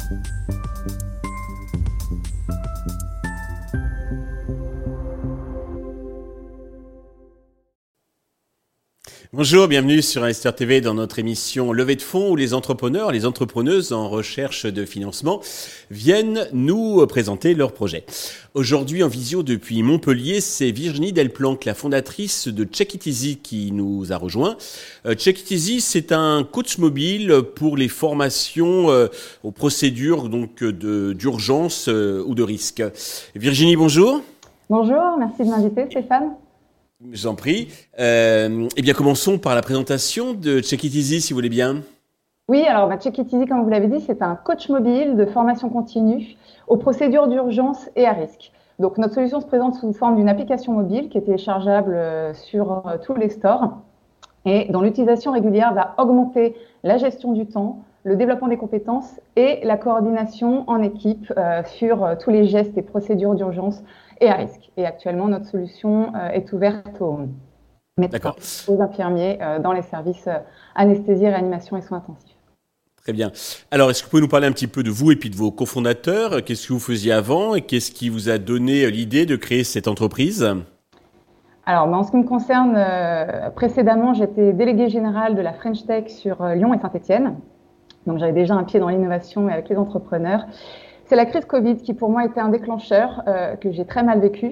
Bonjour, bienvenue sur Investir TV dans notre émission Levée de fonds où les entrepreneurs, les entrepreneuses en recherche de financement viennent nous présenter leurs projets. Aujourd'hui en visio depuis Montpellier, c'est Virginie Delplanque, la fondatrice de Check It Easy qui nous a rejoint. Check It Easy, c'est un coach mobile pour les formations aux procédures donc d'urgence ou de risque. Virginie, bonjour. Bonjour, merci de m'inviter Stéphane. Je vous en prie. Eh bien, commençons par la présentation de Check It Easy, si vous voulez bien. Oui, alors Check It Easy, comme vous l'avez dit, c'est un coach mobile de formation continue aux procédures d'urgence et à risque. Donc, notre solution se présente sous forme d'une application mobile qui est téléchargeable sur tous les stores et dont l'utilisation régulière va augmenter la gestion du temps, le développement des compétences et la coordination en équipe sur tous les gestes et procédures d'urgence et à risque. Et actuellement, notre solution est ouverte aux médecins, aux infirmiers dans les services anesthésie, réanimation et soins intensifs. Très bien. Alors, est-ce que vous pouvez nous parler un petit peu de vous et puis de vos cofondateurs? Qu'est-ce que vous faisiez avant et qu'est-ce qui vous a donné l'idée de créer cette entreprise? Alors, en ce qui me concerne, précédemment, j'étais déléguée générale de la French Tech sur Lyon et Saint-Étienne. Donc, j'avais déjà un pied dans l'innovation et avec les entrepreneurs. C'est la crise Covid qui, pour moi, était un déclencheur que j'ai très mal vécu.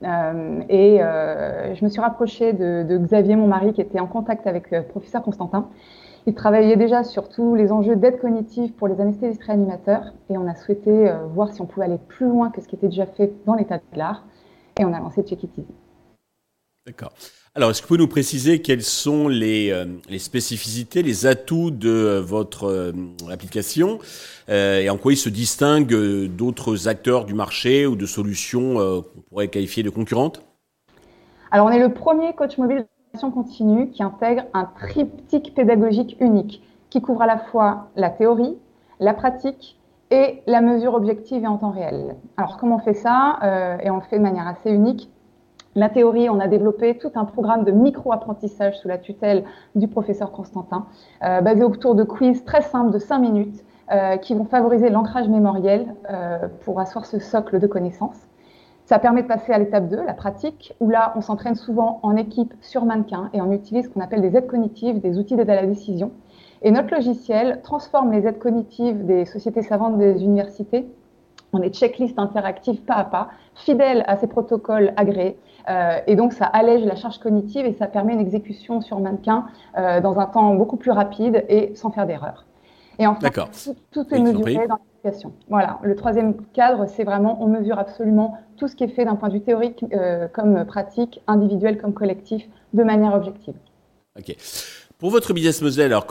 Je me suis rapprochée de Xavier, mon mari, qui était en contact avec le professeur Constantin. Il travaillait déjà sur tous les enjeux d'aide cognitive pour les anesthésistes réanimateurs. Et on a souhaité voir si on pouvait aller plus loin que ce qui était déjà fait dans l'état de l'art. Et on a lancé Check It Easy. D'accord. Alors, est-ce que vous pouvez nous préciser quelles sont les spécificités, les atouts de votre application et en quoi il se distingue d'autres acteurs du marché ou de solutions qu'on pourrait qualifier de concurrentes? Alors, on est le premier coach mobile de formation continue qui intègre un triptyque pédagogique unique qui couvre à la fois la théorie, la pratique et la mesure objective et en temps réel. Alors, comment on fait ça? Et on le fait de manière assez unique. La théorie, on a développé tout un programme de micro-apprentissage sous la tutelle du professeur Constantin, basé autour de quiz très simples de 5 minutes qui vont favoriser l'ancrage mémoriel pour asseoir ce socle de connaissances. Ça permet de passer à l'étape 2, la pratique, où là, on s'entraîne souvent en équipe sur mannequin et on utilise ce qu'on appelle des aides cognitives, des outils d'aide à la décision. Et notre logiciel transforme les aides cognitives des sociétés savantes des universités en des checklists interactives pas à pas, fidèles à ces protocoles agréés. Et donc, ça allège la charge cognitive et ça permet une exécution sur mannequin dans un temps beaucoup plus rapide et sans faire d'erreur. Et enfin, tout est mesuré dans l'application. Voilà. Le troisième cadre, c'est vraiment, on mesure absolument tout ce qui est fait d'un point de vue théorique comme pratique, individuel comme collectif, de manière objective. Ok. Pour votre business model, alors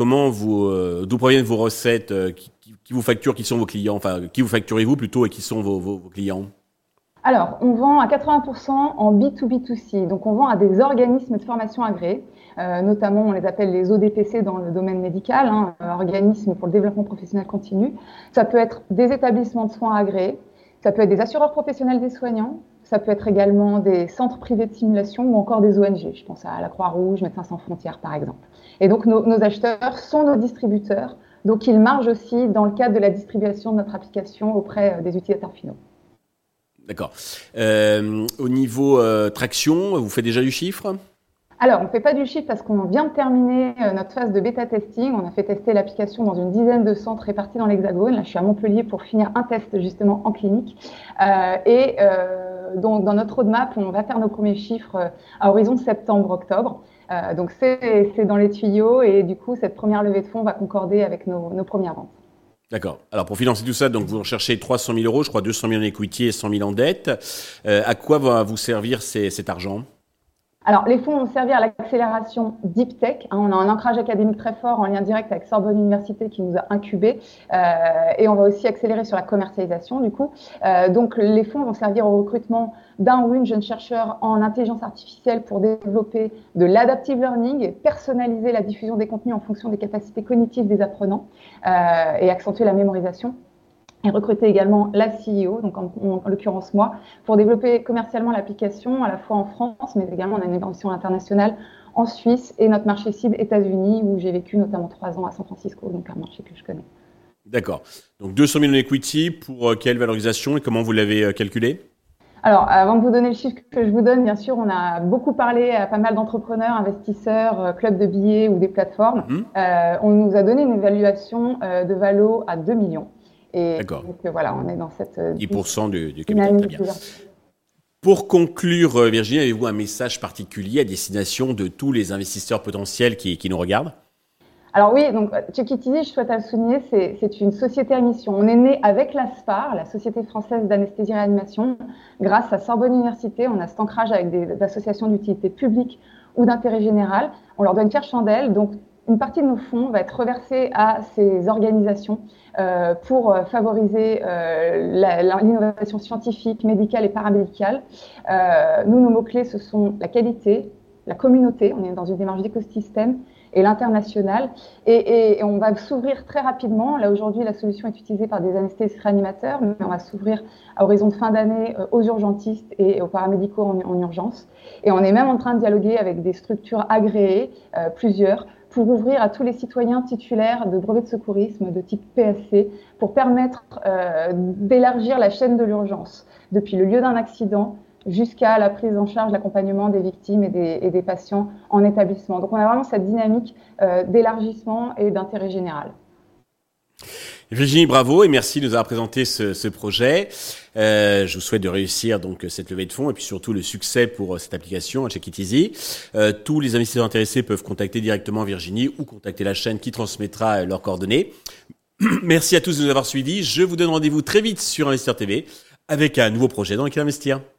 d'où proviennent vos recettes, qui vous facturent, qui sont vos clients, enfin, qui vous facturez-vous plutôt et qui sont vos clients? Alors, on vend à 80% en B2B2C, donc on vend à des organismes de formation agréés, notamment on les appelle les ODPC dans le domaine médical, organismes pour le développement professionnel continu. Ça peut être des établissements de soins agréés, ça peut être des assureurs professionnels des soignants, ça peut être également des centres privés de simulation ou encore des ONG, je pense à la Croix-Rouge, Médecins sans frontières par exemple. Et donc nos acheteurs sont nos distributeurs, donc ils margent aussi dans le cadre de la distribution de notre application auprès des utilisateurs finaux. D'accord. Au niveau traction, vous faites déjà du chiffre? Alors, on ne fait pas du chiffre parce qu'on vient de terminer notre phase de bêta testing. On a fait tester l'application dans une dizaine de centres répartis dans l'Hexagone. Là, je suis à Montpellier pour finir un test justement en clinique. Donc, dans notre roadmap, on va faire nos premiers chiffres à horizon septembre-octobre. Donc, c'est dans les tuyaux et du coup, cette première levée de fonds va concorder avec nos premières ventes. D'accord. Alors, pour financer tout ça, donc vous recherchez 300 000 euros, je crois 200 000 en equity et 100 000 en dette. À quoi va vous servir cet argent? Alors, les fonds vont servir à l'accélération Deep Tech. On a un ancrage académique très fort en lien direct avec Sorbonne Université qui nous a incubés. Et on va aussi accélérer sur la commercialisation, du coup. Donc, les fonds vont servir au recrutement d'un ou une jeune chercheur en intelligence artificielle pour développer de l'adaptive learning et personnaliser la diffusion des contenus en fonction des capacités cognitives des apprenants et accentuer la mémorisation. Et recruter également la CEO, donc en l'occurrence moi, pour développer commercialement l'application à la fois en France, mais également on a une expansion internationale en Suisse et notre marché cible États-Unis, où j'ai vécu notamment 3 ans à San Francisco, donc un marché que je connais. D'accord. Donc 200 000 en equity pour quelle valorisation et comment vous l'avez calculé? Alors, avant de vous donner le chiffre que je vous donne, bien sûr, on a beaucoup parlé à pas mal d'entrepreneurs, investisseurs, clubs de billets ou des plateformes. On nous a donné une évaluation de valo à 2 millions. Et D'accord. donc, voilà, on est dans cette 10% du capital, très bien. Pour conclure, Virginie, avez-vous un message particulier à destination de tous les investisseurs potentiels qui nous regardent? Alors oui, donc Check It Easy, je souhaite le souligner, c'est une société à mission. On est né avec la SPAR, la Société française d'anesthésie-réanimation. Grâce à Sorbonne Université, on a cet ancrage avec des associations d'utilité publique ou d'intérêt général. On leur donne fière chandelle, donc une partie de nos fonds va être reversée à ces organisations pour favoriser l'innovation scientifique, médicale et paramédicale. Nous, nos mots-clés, ce sont la qualité, la communauté, on est dans une démarche d'écosystème, et l'international. Et on va s'ouvrir très rapidement. Là, aujourd'hui, la solution est utilisée par des anesthésistes-réanimateurs, mais on va s'ouvrir à horizon de fin d'année aux urgentistes et aux paramédicaux en urgence. Et on est même en train de dialoguer avec des structures agréées, plusieurs, pour ouvrir à tous les citoyens titulaires de brevets de secourisme de type PSC, pour permettre d'élargir la chaîne de l'urgence, depuis le lieu d'un accident jusqu'à la prise en charge, l'accompagnement des victimes et des patients en établissement. Donc on a vraiment cette dynamique d'élargissement et d'intérêt général. Virginie, bravo et merci de nous avoir présenté ce projet. Je vous souhaite de réussir donc cette levée de fonds et puis surtout le succès pour cette application Check It Easy. Tous les investisseurs intéressés peuvent contacter directement Virginie ou contacter la chaîne qui transmettra leurs coordonnées. Merci à tous de nous avoir suivis. Je vous donne rendez-vous très vite sur Investisseur TV avec un nouveau projet dans lequel investir.